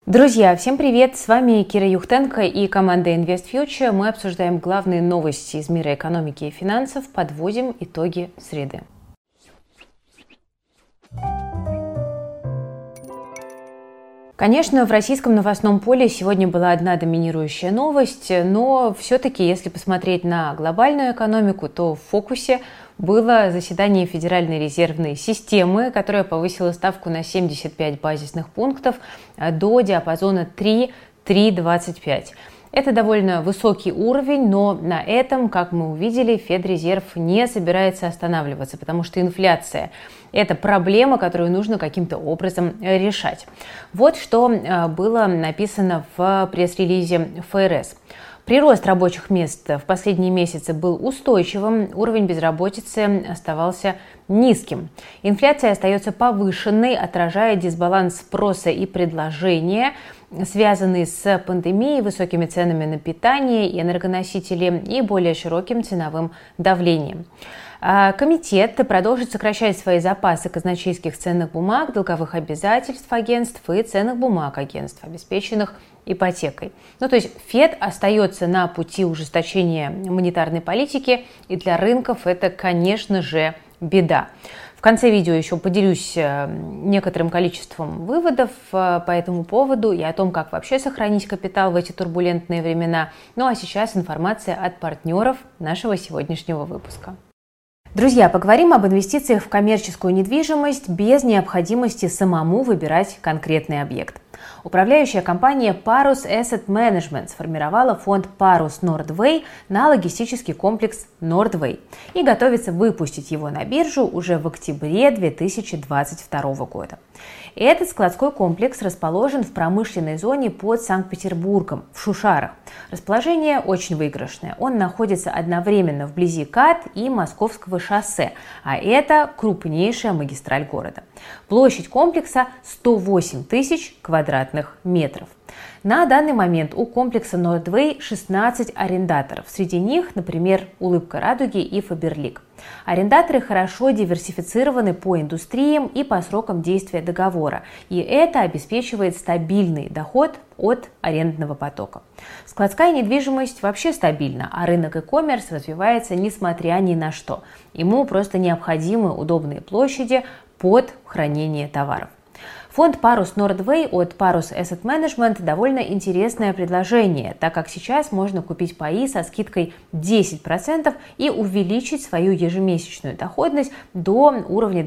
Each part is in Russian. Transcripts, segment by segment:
Друзья, всем привет! С вами Кира Юхтенко и команда InvestFuture. Мы обсуждаем главные новости из мира экономики и финансов, подводим итоги среды. Конечно, в российском новостном поле сегодня была одна доминирующая новость, но все-таки, если посмотреть на глобальную экономику, то в фокусе было заседание Федеральной резервной системы, которая повысила ставку на 75 базисных пунктов до диапазона 3,25. Это довольно высокий уровень, но на этом, как мы увидели, Федрезерв не собирается останавливаться, потому что инфляция – это проблема, которую нужно каким-то образом решать. Вот что было написано в пресс-релизе ФРС. Прирост рабочих мест в последние месяцы был устойчивым, уровень безработицы оставался низким. Инфляция остается повышенной, отражая дисбаланс спроса и предложения, связанный с пандемией, высокими ценами на питание и энергоносители и более широким ценовым давлением. Комитет продолжит сокращать свои запасы казначейских ценных бумаг, долговых обязательств агентств и ценных бумаг агентств, обеспеченных ипотекой. То есть ФЕД остается на пути ужесточения монетарной политики, и для рынков это, конечно же, беда. В конце видео еще поделюсь некоторым количеством выводов по этому поводу и о том, как вообще сохранить капитал в эти турбулентные времена. Ну а сейчас информация от партнеров нашего сегодняшнего выпуска. Друзья, поговорим об инвестициях в коммерческую недвижимость без необходимости самому выбирать конкретный объект. Управляющая компания Parus Asset Management сформировала фонд Parus Nordway на логистический комплекс Nordway и готовится выпустить его на биржу уже в октябре 2022 года. Этот складской комплекс расположен в промышленной зоне под Санкт-Петербургом, в Шушарах. Расположение очень выигрышное. Он находится одновременно вблизи КАТ и Московского шоссе, а это крупнейшая магистраль города. Площадь комплекса 108 тысяч квадратных метров. На данный момент у комплекса Nordway 16 арендаторов. Среди них, например, Улыбка Радуги и Фаберлик. Арендаторы хорошо диверсифицированы по индустриям и по срокам действия договора, и это обеспечивает стабильный доход от арендного потока. Складская недвижимость вообще стабильна, а рынок e-commerce развивается несмотря ни на что. Ему просто необходимы удобные площади под хранение товаров. Фонд Parus Nordway от Parus Asset Management довольно интересное предложение, так как сейчас можно купить паи со скидкой 10% и увеличить свою ежемесячную доходность до уровня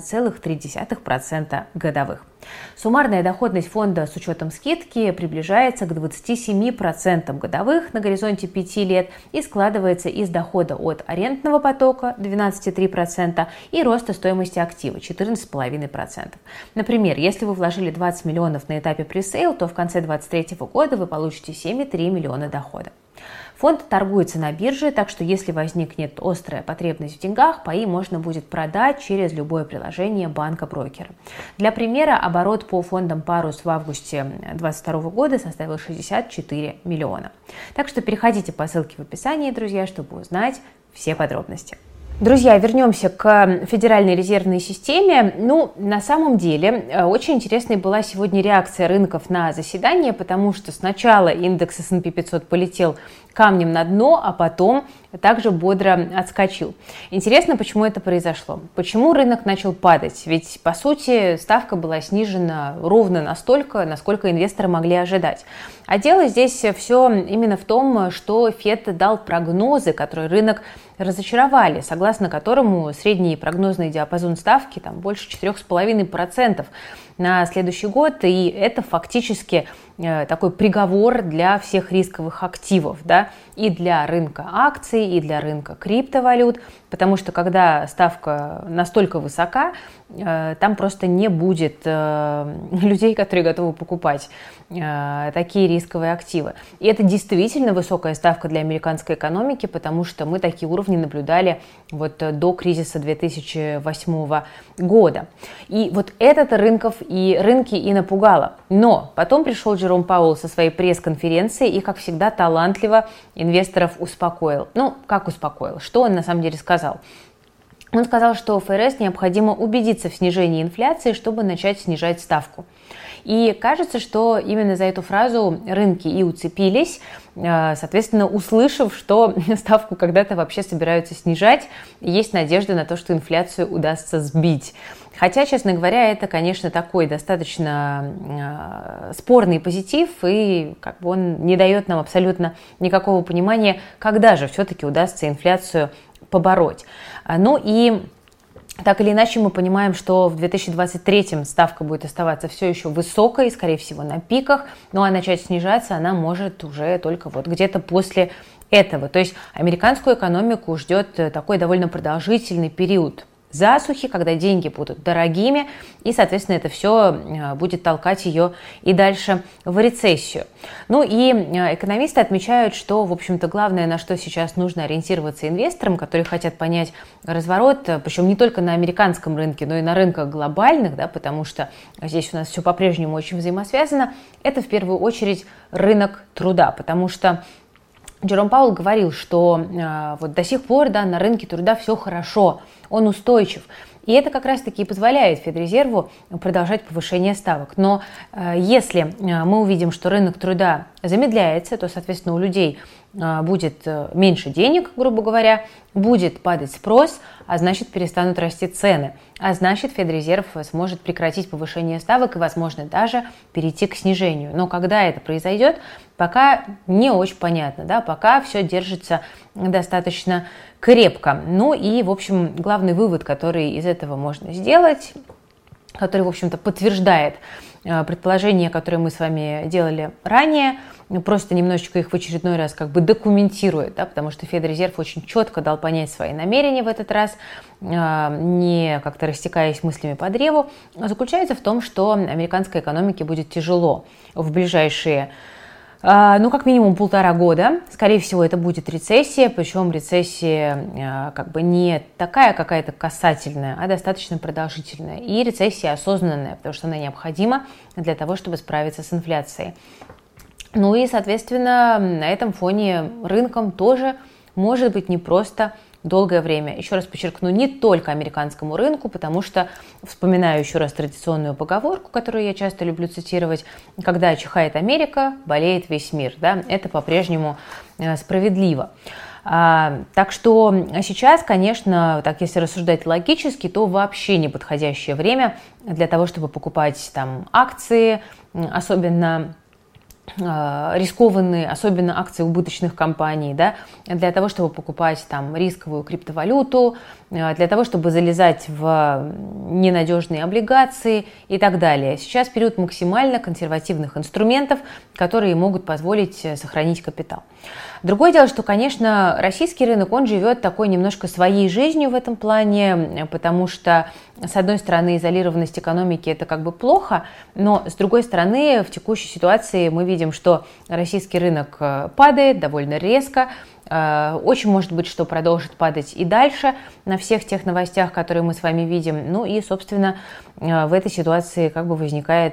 12,3% годовых. Суммарная доходность фонда с учетом скидки приближается к 27% годовых на горизонте 5 лет и складывается из дохода от арендного потока 12,3% и роста стоимости актива 14,5%. Например, если вы вложили 20 миллионов на этапе пресейл, то в конце 2023 года вы получите 7,3 миллиона дохода. Фонд торгуется на бирже, так что если возникнет острая потребность в деньгах, паи можно будет продать через любое приложение банка-брокера. Для примера, оборот по фондам Parus в августе 2022 года составил 64 миллиона. Так что переходите по ссылке в описании, друзья, чтобы узнать все подробности. Друзья, вернемся к Федеральной резервной системе. На самом деле, очень интересной была сегодня реакция рынков на заседание, потому что сначала индекс S&P 500 полетел камнем на дно, а потом также бодро отскочил. Интересно, почему это произошло? Почему рынок начал падать? Ведь, по сути, ставка была снижена ровно настолько, насколько инвесторы могли ожидать. А дело здесь все именно в том, что ФЕД дал прогнозы, которые рынок разочаровали, согласно которому средний прогнозный диапазон ставки больше 4,5% на следующий год, и это фактически такой приговор для всех рисковых активов, и для рынка акций, и для рынка криптовалют, потому что когда ставка настолько высока, там просто не будет людей, которые готовы покупать такие рисковые активы. И это действительно высокая ставка для американской экономики, потому что мы такие уровни наблюдали до кризиса 2008 года. И это рынки и напугало. Но потом пришел Джером Пауэлл со своей пресс-конференции и, как всегда, талантливо инвесторов успокоил. Как успокоил? Что он на самом деле сказал? Он сказал, что ФРС необходимо убедиться в снижении инфляции, чтобы начать снижать ставку. И кажется, что именно за эту фразу рынки и уцепились, соответственно, услышав, что ставку когда-то вообще собираются снижать, и есть надежда на то, что инфляцию удастся сбить. Хотя, честно говоря, это, конечно, такой достаточно спорный позитив, и как бы он не дает нам абсолютно никакого понимания, когда же все-таки удастся инфляцию побороть. Ну и так или иначе мы понимаем, что в 2023 ставка будет оставаться все еще высокой, скорее всего, на пиках, ну а начать снижаться она может уже только вот где-то после этого. То есть американскую экономику ждет такой довольно продолжительный период засухи, когда деньги будут дорогими, и, соответственно, это все будет толкать ее и дальше в рецессию. Ну и экономисты отмечают, что, в общем-то, главное, на что сейчас нужно ориентироваться инвесторам, которые хотят понять разворот, причем не только на американском рынке, но и на рынках глобальных, да, потому что здесь у нас все по-прежнему очень взаимосвязано, это в первую очередь рынок труда, потому что Джером Пауэлл говорил, что вот до сих пор, да, на рынке труда все хорошо, он устойчив. И это как раз-таки и позволяет Федрезерву продолжать повышение ставок. Но если мы увидим, что рынок труда замедляется, то, соответственно, у людей будет меньше денег, грубо говоря, будет падать спрос, а значит, перестанут расти цены. А значит, Федрезерв сможет прекратить повышение ставок и, возможно, даже перейти к снижению. Но когда это произойдет, пока не очень понятно, да, пока все держится достаточно крепко. Ну и, в общем, главный вывод, который из этого можно сделать, который, в общем-то, подтверждает предположения, которые мы с вами делали ранее, просто немножечко их в очередной раз как бы документирует, да, потому что Федрезерв очень четко дал понять свои намерения в этот раз, не как-то растекаясь мыслями по древу, заключается в том, что американской экономике будет тяжело в ближайшие как минимум 1,5 года. Скорее всего, это будет рецессия, причем рецессия как бы не такая какая-то касательная, а достаточно продолжительная. И рецессия осознанная, потому что она необходима для того, чтобы справиться с инфляцией. Ну и, соответственно, на этом фоне рынкам тоже может быть непросто долгое время. Еще раз подчеркну, не только американскому рынку, потому что, вспоминаю еще раз традиционную поговорку, которую я часто люблю цитировать, когда чихает Америка, болеет весь мир. Да? Это по-прежнему справедливо. Так что сейчас, конечно, так если рассуждать логически, то вообще неподходящее время для того, чтобы покупать там акции, особенно рискованные, особенно акции убыточных компаний, да, для того, чтобы покупать там рисковую криптовалюту, для того, чтобы залезать в ненадежные облигации и так далее. Сейчас период максимально консервативных инструментов, которые могут позволить сохранить капитал. Другое дело, что, конечно, российский рынок, он живет такой немножко своей жизнью в этом плане, потому что, с одной стороны, изолированность экономики – это как бы плохо, но, с другой стороны, в текущей ситуации мы видим, что российский рынок падает довольно резко, очень может быть, что продолжит падать и дальше на всех тех новостях, которые мы с вами видим. Ну и, собственно, в этой ситуации как бы возникает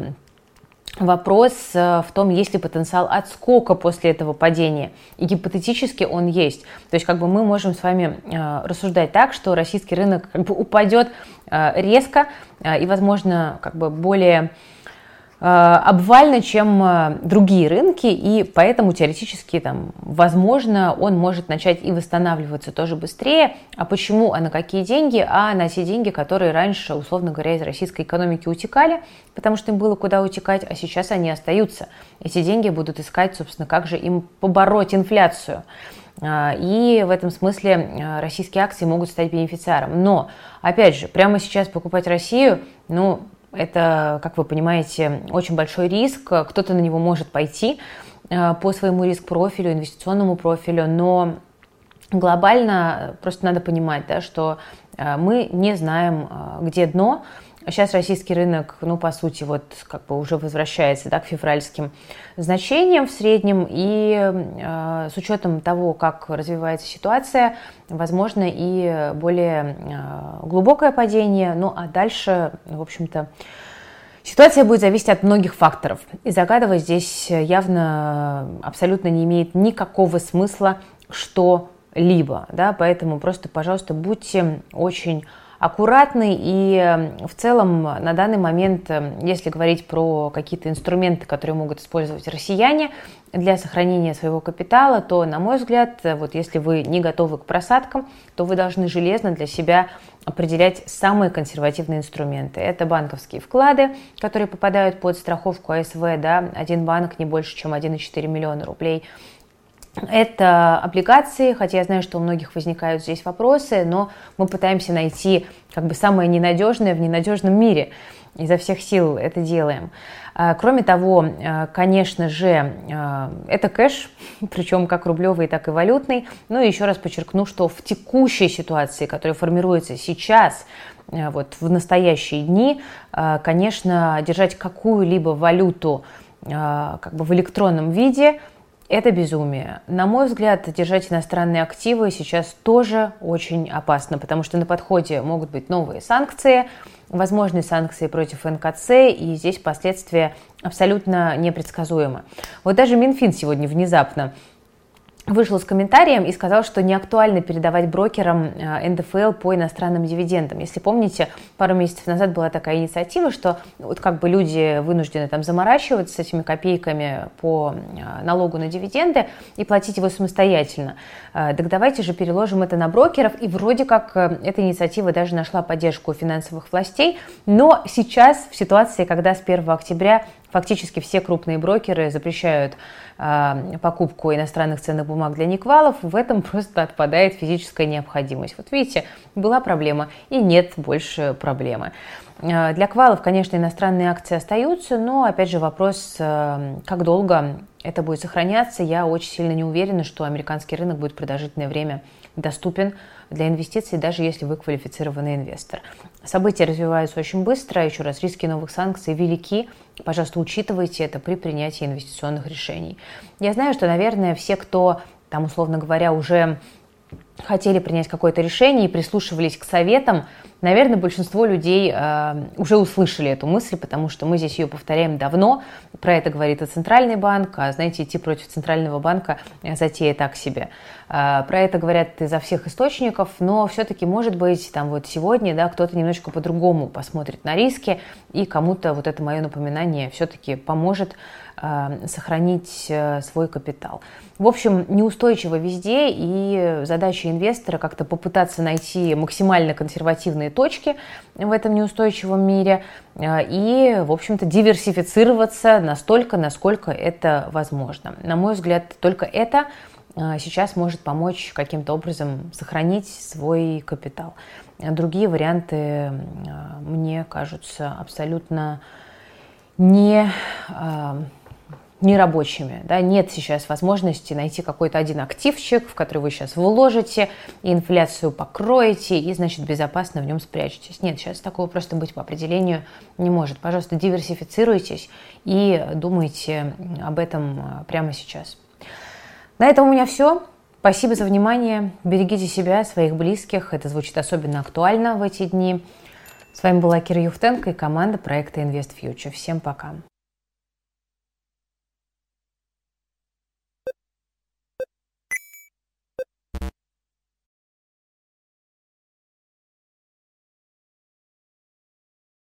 вопрос в том, есть ли потенциал отскока после этого падения. И гипотетически он есть. То есть как бы мы можем с вами рассуждать так, что российский рынок как бы упадет резко и, возможно, как бы более обвально, чем другие рынки, и поэтому теоретически, там, возможно, он может начать и восстанавливаться тоже быстрее. А почему? А на какие деньги? А на те деньги, которые раньше, условно говоря, из российской экономики утекали, потому что им было куда утекать, а сейчас они остаются. Эти деньги будут искать, собственно, как же им побороть инфляцию. И в этом смысле российские акции могут стать бенефициаром. Но, опять же, прямо сейчас покупать Россию, это, как вы понимаете, очень большой риск. Кто-то на него может пойти по своему риск-профилю, инвестиционному профилю, но глобально просто надо понимать, да, что мы не знаем, где дно. Сейчас российский рынок, по сути, вот как бы уже возвращается, да, к февральским значениям в среднем, и с учетом того, как развивается ситуация, возможно и более глубокое падение, а дальше, в общем-то, ситуация будет зависеть от многих факторов, и загадывать здесь явно абсолютно не имеет никакого смысла, что что-либо, да, поэтому просто, пожалуйста, будьте очень аккуратны, и в целом на данный момент, если говорить про какие-то инструменты, которые могут использовать россияне для сохранения своего капитала, то, на мой взгляд, вот если вы не готовы к просадкам, то вы должны железно для себя определять самые консервативные инструменты. Это банковские вклады, которые попадают под страховку АСВ, да, один банк не больше, чем 1,4 миллиона рублей. Это облигации, хотя я знаю, что у многих возникают здесь вопросы, но мы пытаемся найти как бы самое ненадежное в ненадежном мире. Изо всех сил это делаем. Кроме того, конечно же, это кэш, причем как рублевый, так и валютный. Ну и еще раз подчеркну, что в текущей ситуации, которая формируется сейчас, вот в настоящие дни, конечно, держать какую-либо валюту как бы в электронном виде – это безумие. На мой взгляд, держать иностранные активы сейчас тоже очень опасно, потому что на подходе могут быть новые санкции, возможные санкции против НКЦ, и здесь последствия абсолютно непредсказуемы. Вот даже Минфин сегодня внезапно вышел с комментарием и сказал, что не актуально передавать брокерам НДФЛ по иностранным дивидендам. Если помните, пару месяцев назад была такая инициатива, что вот как бы люди вынуждены там заморачиваться с этими копейками по налогу на дивиденды и платить его самостоятельно. Так давайте же переложим это на брокеров, и вроде как эта инициатива даже нашла поддержку финансовых властей, но сейчас в ситуации, когда с 1 октября фактически все крупные брокеры запрещают покупку иностранных ценных бумаг для неквалов, в этом просто отпадает физическая необходимость. Вот видите, была проблема и нет больше проблемы. Для квалов, конечно, иностранные акции остаются, но, опять же, вопрос, как долго это будет сохраняться. Я очень сильно не уверена, что американский рынок будет продолжительное время доступен для инвестиций, даже если вы квалифицированный инвестор. События развиваются очень быстро, еще раз, риски новых санкций велики. Пожалуйста, учитывайте это при принятии инвестиционных решений. Я знаю, что, наверное, все, кто, там, условно говоря, уже хотели принять какое-то решение и прислушивались к советам, наверное, большинство людей уже услышали эту мысль, потому что мы здесь ее повторяем давно. Про это говорит и Центральный банк, а, знаете, идти против Центрального банка затея так себе. Про это говорят изо всех источников, но все-таки, может быть, там вот сегодня, да, кто-то немножечко по-другому посмотрит на риски, и кому-то вот это мое напоминание все-таки поможет сохранить свой капитал. В общем, неустойчиво везде, и задача инвестора как-то попытаться найти максимально консервативные точки в этом неустойчивом мире и, в общем-то, диверсифицироваться настолько, насколько это возможно. На мой взгляд, только это сейчас может помочь каким-то образом сохранить свой капитал. Другие варианты мне кажутся абсолютно нерабочими. Да? Нет сейчас возможности найти какой-то один активчик, в который вы сейчас вложите, и инфляцию покроете, и, значит, безопасно в нем спрячетесь. Нет, сейчас такого просто быть по определению не может. Пожалуйста, диверсифицируйтесь и думайте об этом прямо сейчас. На этом у меня все. Спасибо за внимание. Берегите себя, своих близких. Это звучит особенно актуально в эти дни. С вами была Кира Юхтенко и команда проекта InvestFuture. Всем пока.